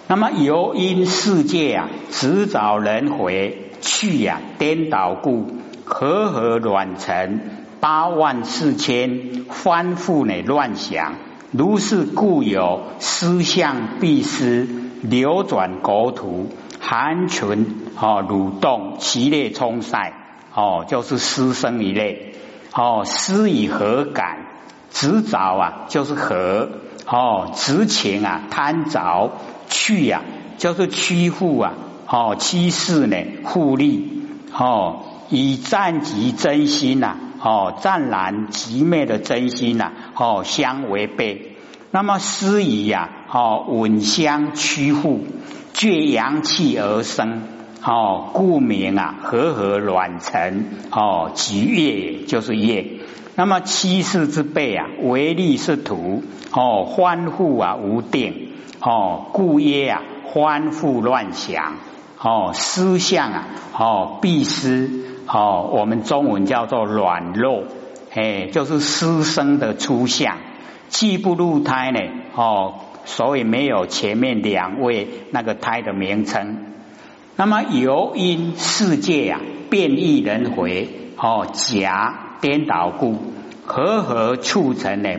那么由因世界啊，直找轮回去呀、颠倒故，和合乱成84000，翻覆呢乱想，如是故有思相必失，流转国土，含存蠕动，其类冲塞就是失生一类思以何感？执着啊，就是和执情啊，贪着去啊，就是屈服啊欺世呢，互利以湛极真心呐湛然极昧的真心呐相违背。那么思以呀稳相屈服，借阳气而生故名啊和合卵成即业就是业。那么七世之辈啊，唯利是图欢复啊无定故曰啊欢复乱想思相啊必失我们中文叫做软弱就是失生的出相，既不入胎呢所以没有前面两位那个胎的名称。那么由因世界啊变异轮回假颠倒故，和合促成呢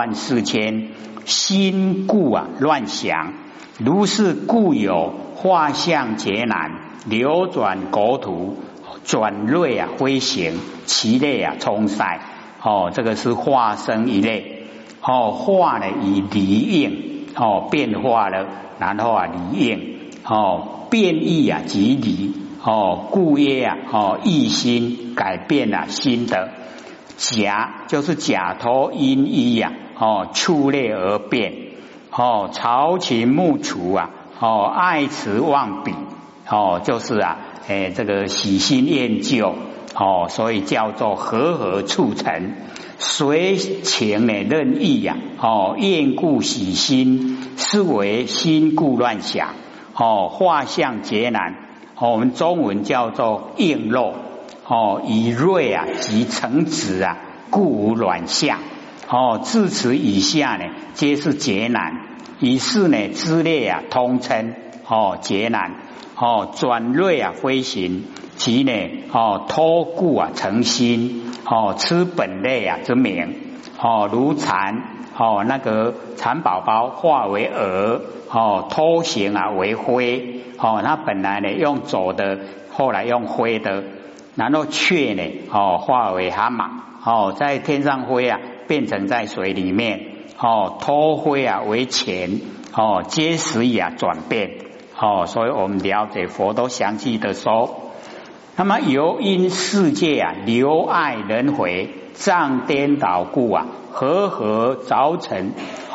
84000，心故啊乱想，如是故有化相劫难，流转国土，转锐啊飞行，其类啊冲塞这个是化生一类化呢以离应变化了，然后啊离应变异啊即离故曰啊异心，改变了心得。假就是假托因依呀触类而变朝秦暮楚啊爱辞忘彼就是啊这个喜新厌旧所以叫做和合促成。随情呢任意呀厌故喜新，是为心故乱想化相劫难我们中文叫做应漏以锐啊及成子啊，故无卵相至此以下呢，皆是劫难。以是呢之类啊通称劫难转锐啊飞行，即呢托故啊成心吃本类啊之名如蚕那个蚕宝宝化为蛾托形啊为灰它本来呢用走的，后来用灰的。然后雀呢化为蛤蟆在天上飞啊变成在水里面托灰啊为钱皆时以转变所以我们了解佛都详细的说。那么由因世界啊流爱轮回，障颠倒故啊和合凿成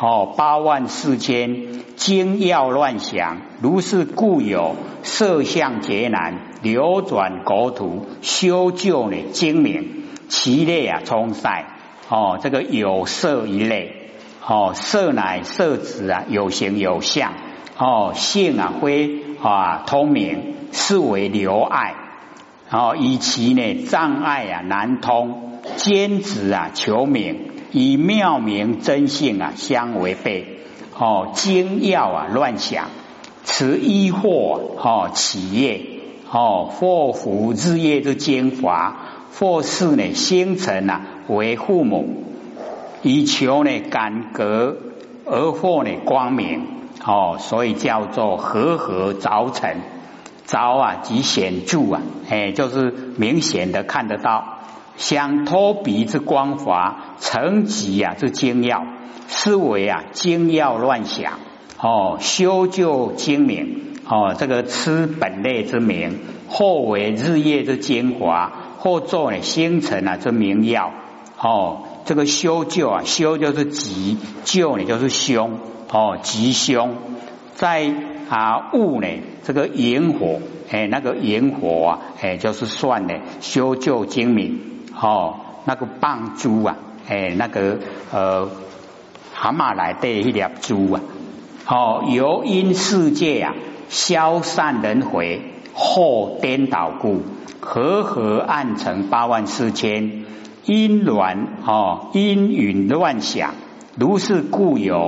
84000，精要乱想，如是故有色相劫难，流转国土，修旧呢精明，其类啊冲塞这个有色一类色乃色子啊有形有相性啊非通明，是为流爱以其呢障碍啊难通，坚持啊求明，以妙明真性啊相违背精要啊乱想，此依惑起业或福日夜之精华，或是呢星辰啊为父母，以求呢感格，而或呢光明所以叫做和合凿成。凿啊即显著啊就是明显的看得到，想脱鼻之光华，成极啊之精要，是为啊精要乱想修旧精明这个吃本类之名，或为日夜之精华，或作呢星辰啊之明耀这个修旧啊，修就是急，旧呢就是凶吉凶。在物呢这个萤火那个萤火就是算呢修旧精明那个棒珠啊那个蛤蟆来的一粒珠由因世界啊消散轮回，后颠倒故，和合暗成84000，因缘乱想，如是故有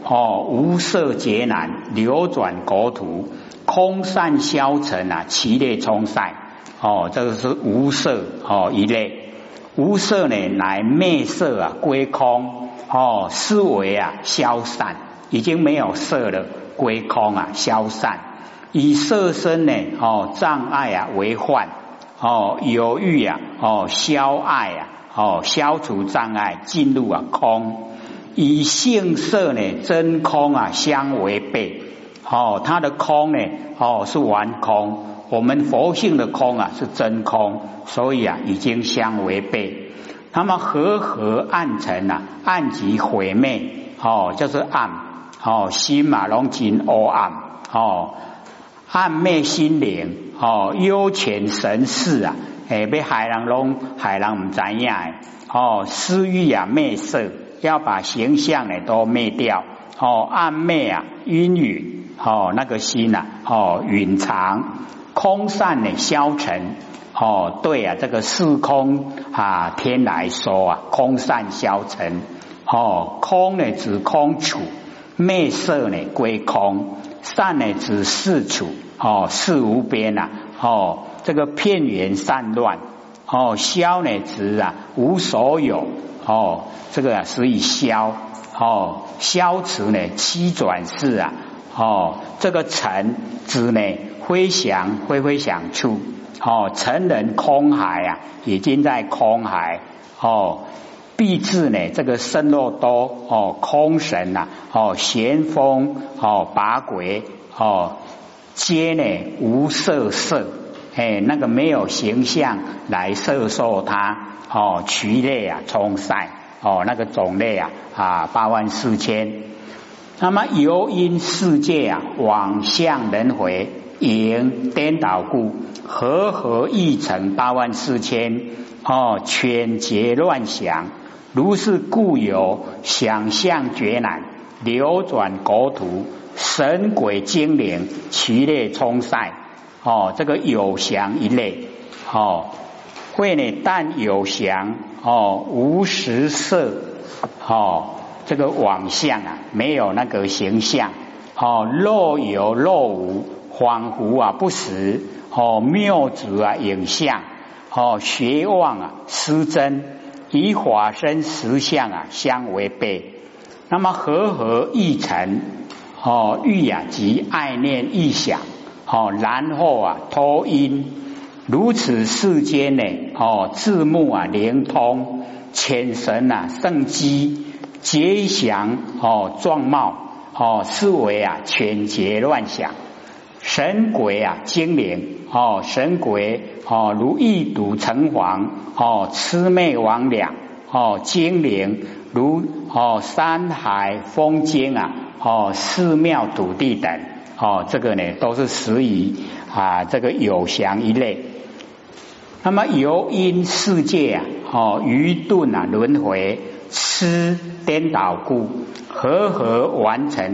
无色劫难，流转国土，空散消沉啊，其类冲塞。这个是无色一类。无色呢，乃昧色啊，归空思维啊，消散，已经没有色了，归空啊，消散。以色身呢，障碍啊为患，有欲啊，消爱啊，消除障碍，进入啊空。以性色呢，真空啊相违背，它的空呢，是完空。我们佛性的空啊是真空，所以啊已经相违背。那么和暗沉啊，暗即毁灭，就是暗，心嘛拢真黑暗，暗昧心灵，幽潜神识啊，要害人唔知影的，私欲啊昧色，要把形象呢都灭掉，暗昧啊晕语，那个心啊，蕴藏。空散呢消沉，对啊，这个四空啊天来说啊，空散消沉，空呢指空处，昧色呢归空，散呢指四处，四无边啊，这个片缘散乱，消呢指啊无所有，这个是以消，消除呢七转世啊，这个沉指呢飞翔处，成人空海啊，已经在空海，必至呢这个身肉多，空神啊，旋风，拔鬼，皆呢无色色，那个没有形象来摄受它，渠类啊冲塞，那个种类啊84000。那么由因世界啊往向轮回，迎颠倒故，和亦成84000，犬结乱想，如是故有想象觉难，流转国土，神鬼精灵，其类冲塞，这个有祥一类，会呢但有祥，无实色，这个妄相啊，没有那个形象，若有若无，恍惚啊不实，谬执啊影像，学妄啊失真，以法身实相啊相违背。那么和亦成，欲啊即爱念意想，然后啊脱因，如此世间呢，字目啊灵通，浅神啊圣机，结祥状貌，是为啊犬结乱想。神鬼啊精灵，神鬼如异毒成黄，魑魅魍魉，精灵如山海风精啊，寺庙土地等，这个呢都是属于这个有祥一类。那么由因世界啊，愚钝啊轮回，痴颠倒故，和完成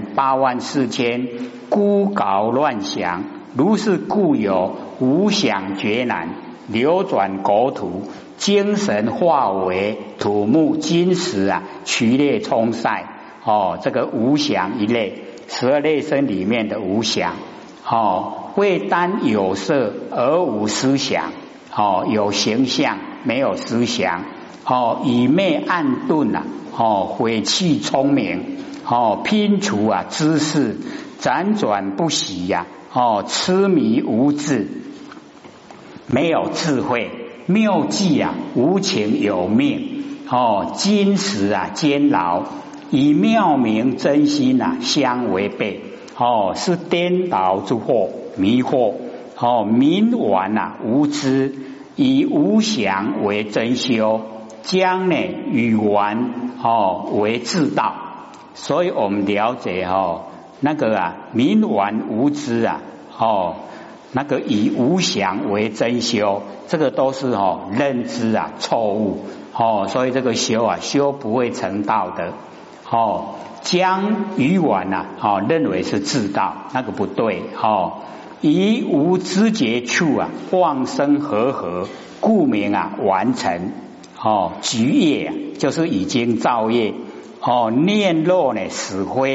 84000，孤搞乱想，如是故有无想觉难，流转国土，精神化为土木金石啊，渠类冲塞，这个无想一类，12类生里面的无想，未单有色而无思想，有形象没有思想，以昧暗钝啊，晦气聪明，拼除啊知识，辗转不息呀，痴迷无智，没有智慧，谬计啊无情有命，金石啊监牢，以妙明真心啊相违背，是颠倒之惑，迷惑，冥顽啊无知，以无想为真修，将呢语顽为自道。所以我们了解那个冥顽无知啊，那个以无想为真修，这个都是认知啊错误，所以这个修啊修不会成道的，将愚顽啊认为是自道，那个不对，以无知觉处啊妄生和，故名啊完成，局业就是已经造业，念若呢死灰，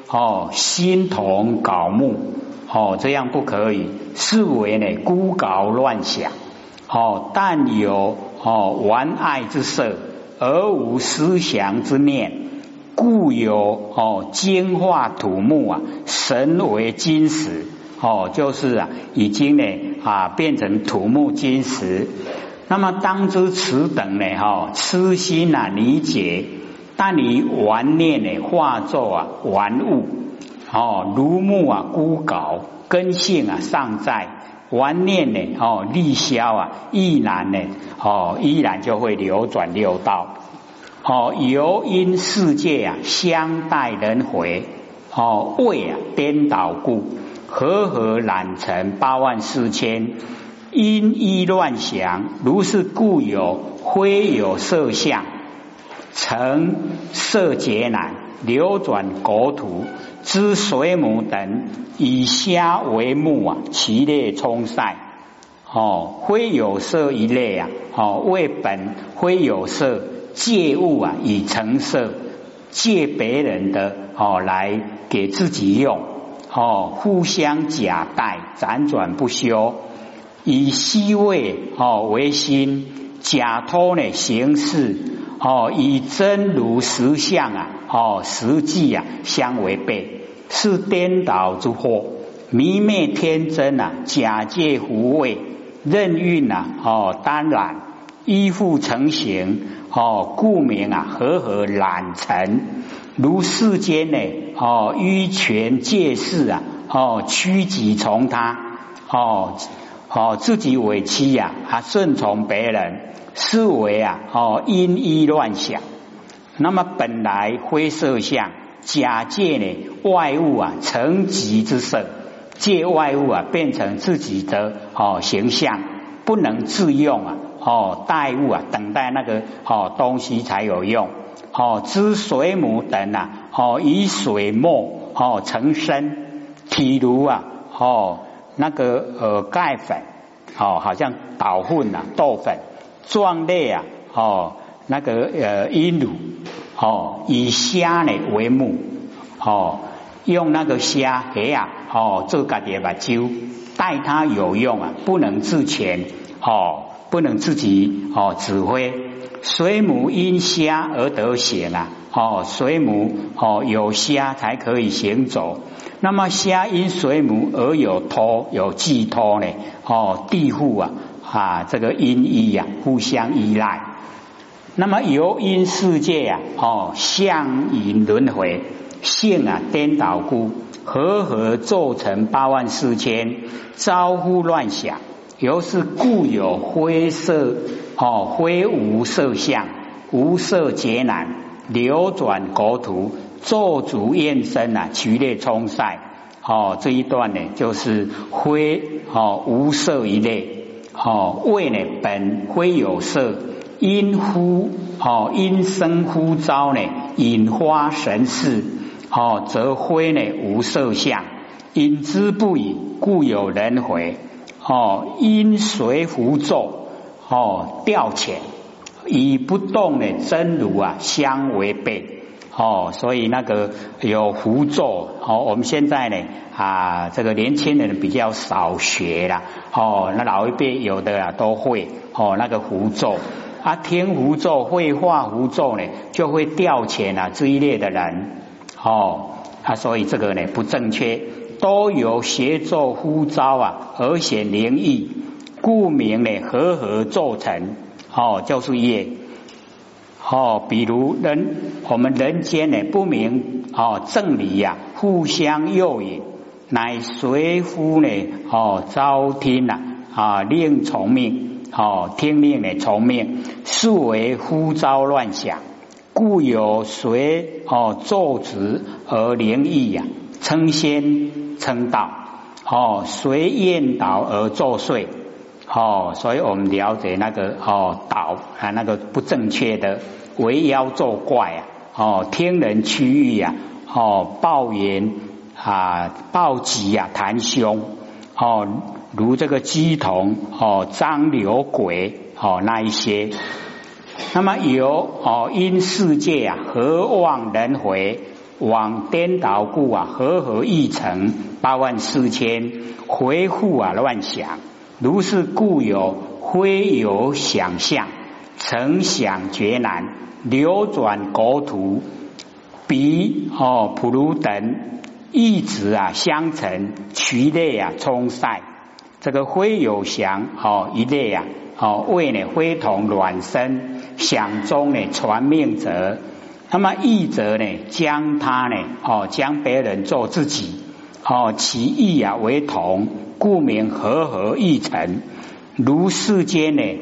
心同槁木这样不可以，是为呢孤槁乱想但有玩爱之色，而无思想之念，故有精化土木神为金石就是已经呢变成土木金石。那么当知此等呢痴心理解，但以玩念呢化作玩物如木孤槁，根性尚在，玩念呢力消依然呢依然就会流转六道由因世界相待轮回为颠倒故，和染成84000，因依乱想，如是故有非有色相，成色劫难，流转国土之水母等，以虾为目其类充塞非有色一类为本非有色，借物以成色，借别人的来给自己用互相假带，辗转不休，以虚位为心，假托呢形式以真如实相实际相违背，是颠倒之祸。迷昧天真假借胡味，任运当然，依附成形故名和染尘。如世间呢依权借势趋己从他自己委屈顺从别人，是为因依乱想。那么本来非色相，假借呢外物成己之色，借外物变成自己的形象，不能自用待物等待那个东西才有用知水母等以水墨成身，体如那个钙粉好像捣粉豆粉，状类那个阴乳以虾呢为目用那个虾做家己的目睭，待它有用不能自全不能自己指挥。水母因虾而得行水母有虾才可以行走。那么虾因水母而有托有寄托呢地户这个因依互相依赖。那么由因世界相引轮回，性颠倒故，和奏成84000，招呼乱想。由是故有非色非无色相，无色劫难，流转国土，咒诅厌身其类充塞这一段呢就是非无色一类为呢本非有色，因生呼召呢引发神事则非呢无色相，引之不已，故有轮回因随符咒调遣，以不动的真如相违背所以那个有符咒我们现在呢这个年轻人比较少学啦那老一辈有的都会那个符咒听符咒会画符咒呢，就会调遣这一类的人所以这个呢不正确，都有协奏呼召而显灵异，故名呢和奏成就是业比如我们人间呢不明正理互相诱引，乃随夫呢招听令从命听令呢从命，是为呼召乱想，故有随奏职而灵异称仙称道随厌导而作祟所以我们了解那个导那个不正确的为妖作怪听人区域暴言暴疾弹凶如这个鸡童张流鬼那一些。那么由因世界何望轮回， 往颠倒故啊，和合亦成84000，回复啊乱想，如是故有非有想象，成想觉难，流转国土，彼普如等一直啊相承，其类啊充塞。这个非有想一类啊为呢非同卵生，想中呢传命者，那么义者呢将他呢将别人做自己其义啊为同，故名和合亦成。如世间呢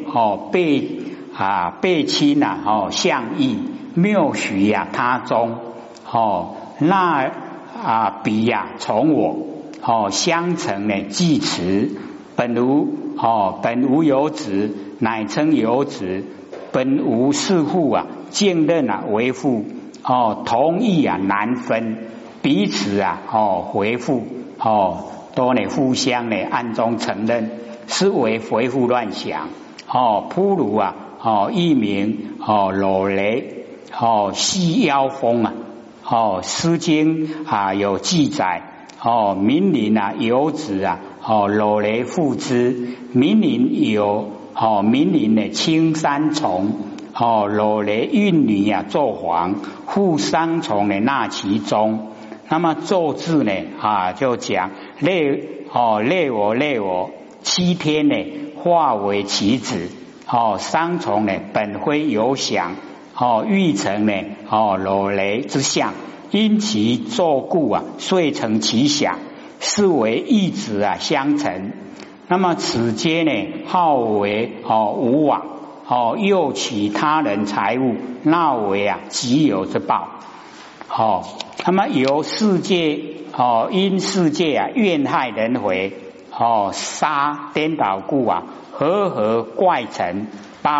背亲啊相异，谬许啊他中那彼呀从我相承呢继持，本无有子，乃称有子；本无是父啊，竟认啊为父同义啊难分，彼此啊回复都呢互相呢暗中承认，是为回复乱想扑如啊一名裸雷细腰风啊诗经有记载民林啊有子啊裸雷父之，民林有民林的青山虫裸雷孕女啊纣皇，父三重呢纳其中。那么纣字呢就讲累我7天呢化为其子三重呢本非有想欲成呢裸雷之相，因其作故啊遂成其想，是为义子啊相承。那么此皆呢好为无往诱取他人财物，纳为己有之报那么由世界因世界怨害人回杀颠倒故和合怪成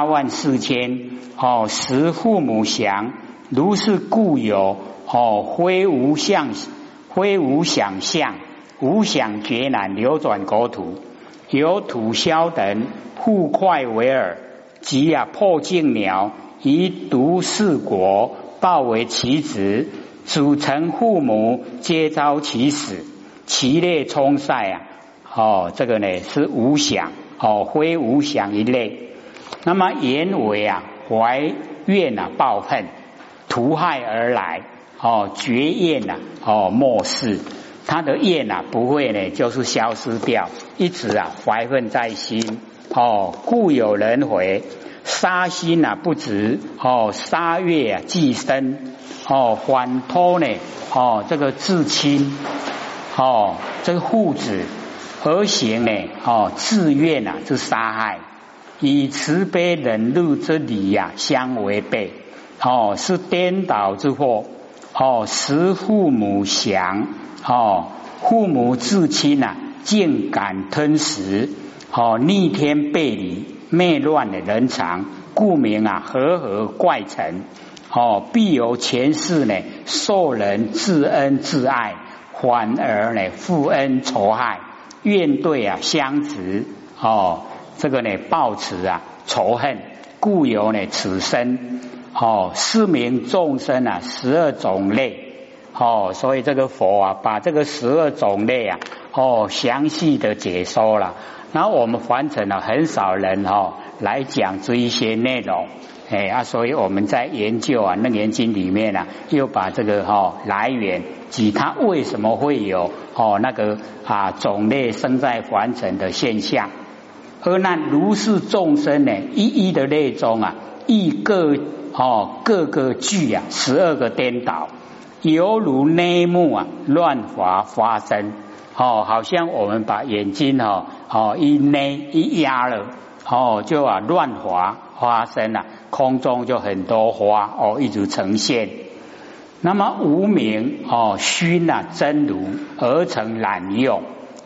84000使父母降，如是故有非无想象，无想觉难，流转国土，有土枭等互快为耳，即破镜鸟，以毒四国，报为其子，主成父母，皆遭其死，其类充塞这个呢是无想非无想一类。那么言为怀怨报恨，图害而来绝厌漠视，他的厌不会呢就是消失掉，一直怀恨在心故有人回，杀心不止杀月既生反托呢这个至亲这个父子，而行呢自愿之杀害，以慈悲忍辱之理相违背是颠倒之祸使父母降父母至亲竟敢吞食逆天背离，昧乱的人常，故名和合怪成必由前世呢受人自恩自爱，反而呢负恩仇害，怨对相执这个呢抱持仇恨，故有呢此生是名众生12种类所以这个佛把这个12种类详细的解说了。然后我们凡尘很少人来讲这一些内容所以我们在研究楞严经里面又把这个来源及它为什么会有那个种类生在凡尘的现象，而那如是众生呢一一的类中亦各个具12个颠倒，犹如内幕乱华发生好像我们把眼睛一压了就乱华发生空中就很多花一直呈现。那么无明熏真如而成染用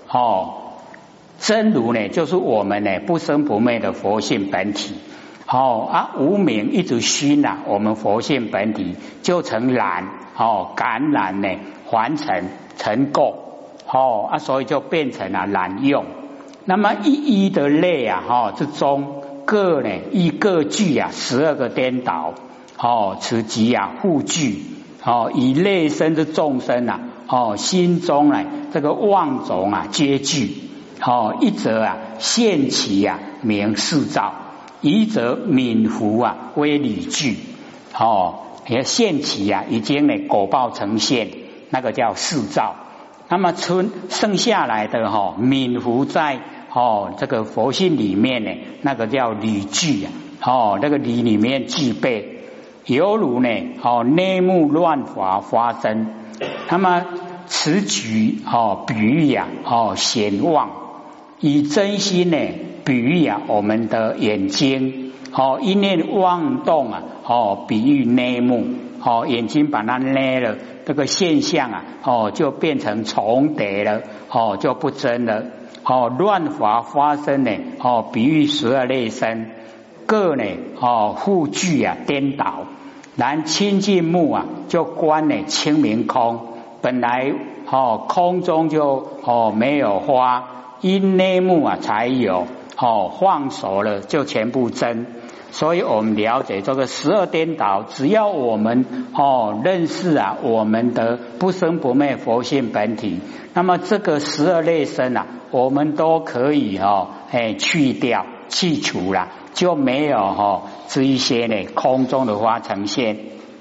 真如呢就是我们呢不生不灭的佛性本体无明一直熏我们佛性本体就成染感染呢还成垢所以就变成染用。那么一一的类之中各呢亦各具12个颠倒此即互具以类生之众生啊，心中呢这个妄种啊皆具，一则啊现其啊名世造，一则泯伏啊为理具，现其啊已经呢果报呈现，那个叫世造。那么剩下来的泯伏在这个佛性里面呢，那个叫理具啊，那个理里面具备，犹如呢内目乱法发生。那么此举比喻啊显妄，以真心呢比喻啊我们的眼睛，一念妄动啊，比喻内目，眼睛把它捏了，这个现象啊，就变成重叠了，就不真了。乱法发生呢，比喻12类生，各呢互具啊颠倒。然清净目啊，就观呢清明空，本来空中就没有花，因内目啊才有，放手了就全部真。所以我们了解这个12颠倒，只要我们认识啊我们的不生不灭佛性本体，那么这个12类生啊，我们都可以去掉去除了，就没有这一些呢空中的花呈现。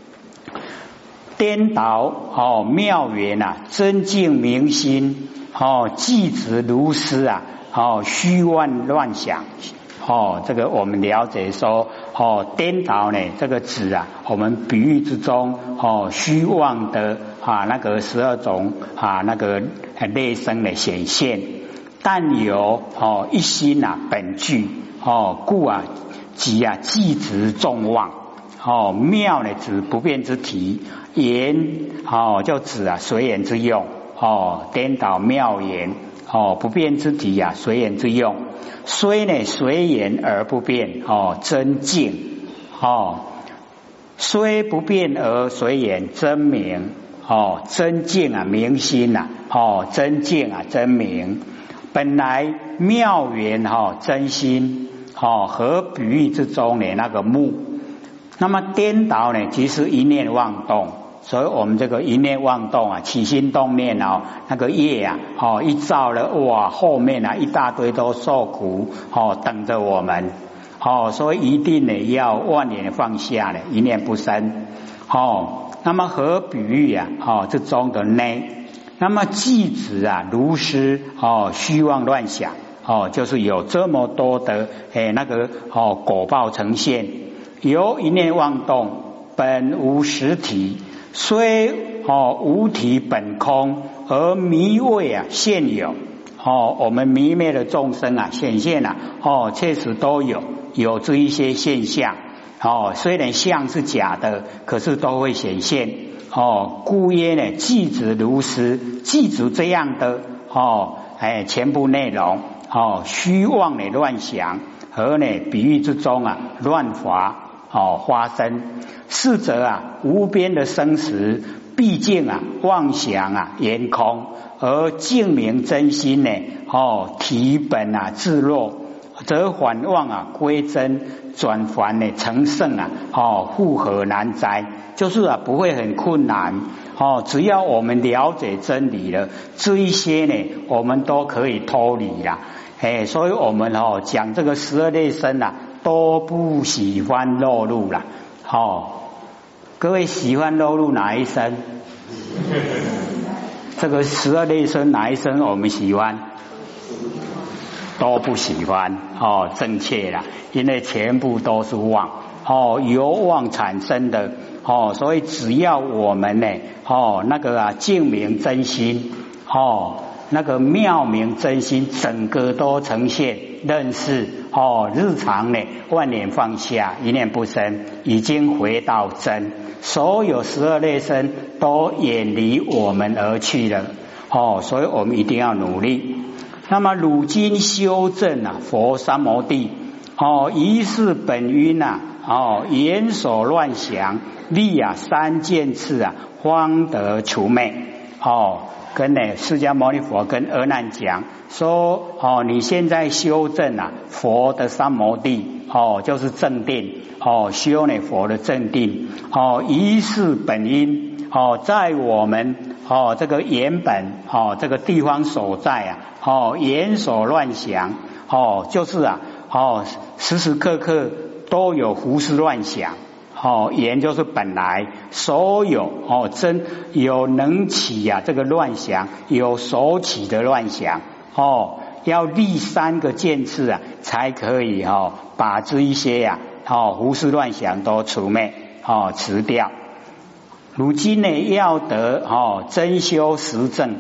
颠倒妙缘啊，真净明心，寂止如实啊，虚妄乱想。这个我们了解说颠倒呢这个指啊，我们比喻之中虚妄的那个12种那个类生的显现，但有一心啊本具，故啊即啊寂止众妄。妙呢指不变之体，言就指啊随缘之用，颠倒妙言，不变之体啊随缘之用。虽呢随缘而不变，真净，虽不变而随缘真明，真净啊明心啊，真净啊真明。本来妙缘真心，和比喻之中的那个目。那么颠倒呢，即是一念妄动，所以我们这个一念妄动啊，起心动念那个业啊，一造了哇，后面啊一大堆都受苦等着我们，所以一定呢要万念放下呢，一念不生。那么和比喻啊，之中的内，那么寂止啊如实虚妄乱想，就是有这么多的那个果报呈现。由一念妄动，本无实体，虽无体本空，而迷味啊现有。我们迷灭的众生啊显现啊，确实都有这一些现象。虽然相是假的，可是都会显现。故曰呢，寂止如实，记住这样的全部内容。虚妄的乱想和呢比喻之中啊乱法发生，是则啊无边的生死，毕竟啊妄想啊言空，而净明真心呢体本啊自弱，则反妄啊归真，转凡呢成圣啊复何难哉？就是啊不会很困难只要我们了解真理了，这一些呢我们都可以脱离啦。所以我们讲这个12类生啊，都不喜欢落入啦。各位喜欢落入哪一生？这个12类生哪一生我们喜欢？都不喜欢正确啦，因为全部都是妄由妄产生的所以只要我们呢那个净明真心那个妙明真心整个都呈现认识日常呢万念放下，一念不生，已经回到真，所有12类生都远离我们而去了所以我们一定要努力。那么汝今修正佛三摩地一是本因言所乱想，立3件次方得除昧跟释迦牟尼佛跟阿难讲说你现在修正佛的三摩地就是正定修佛的正定一是本因在我们这个原本这个地方所在言所乱想就是时时刻刻都有胡思乱想言就是本来所有真有能起这个乱想，有所起的乱想要立3个见次才可以把这一些胡思乱想都除灭辞掉。如今呢，要得真修实证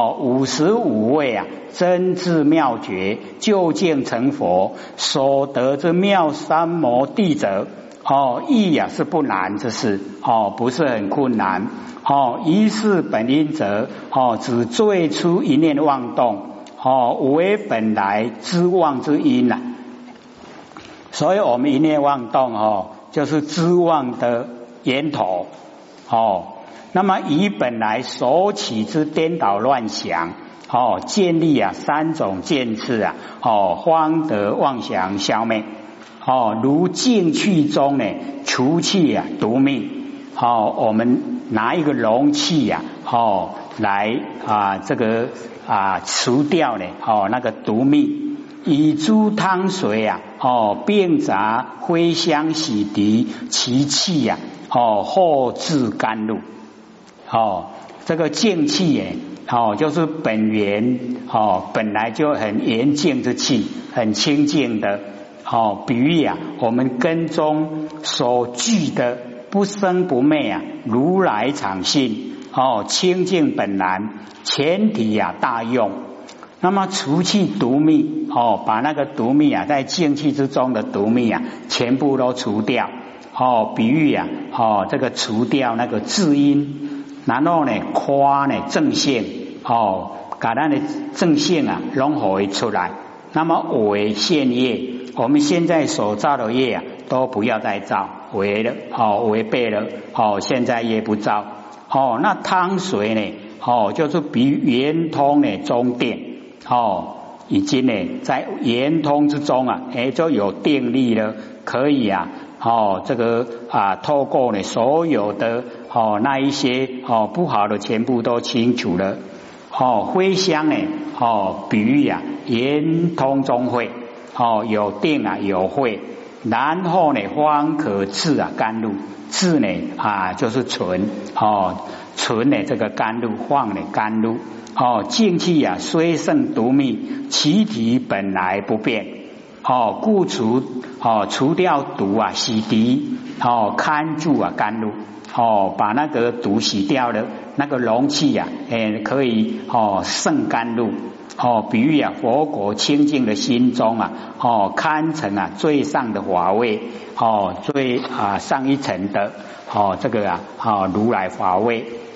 55位真智妙觉，究竟成佛，所得之妙三摩地者亦是不难之事不是很困难一是本因者只最初一念妄动为本来知妄之因所以我们一念妄动就是知妄的源头那么以本来所起之颠倒乱想建立3种见次方得妄想消灭如净气中呢除气毒蜜我们拿一个容器来这个除掉呢那个毒蜜，以诸汤水并杂灰香洗涤其气后至甘露这个净气就是本源本来就很严净之气，很清净的比喻我们根中所具的不生不灭如来常性清净本然，全体大用。那么除去毒蜜把那个毒蜜在净气之中的毒蜜全部都除掉比喻这个除掉那个自因，然后呢夸呢正性把咱的正性拢会出来。那么为现业，我们现在所造的业都不要再造，违了违背了现在业不造那汤水呢就是比圆通呢中定已经呢在圆通之中就有定力了，可以这个透过呢所有的那一些不好的全部都清除了灰香呢比喻圆通中慧有定有慧，然后呢方可治甘露，治呢就是纯纯呢这个甘露，放呢甘露净气虽胜毒蜜，其体本来不变故除掉毒洗涤看住甘露把那个毒洗掉了，那个容器可以胜甘露比喻佛国清净的心中堪成最上的法位最上一层的这个如来法位。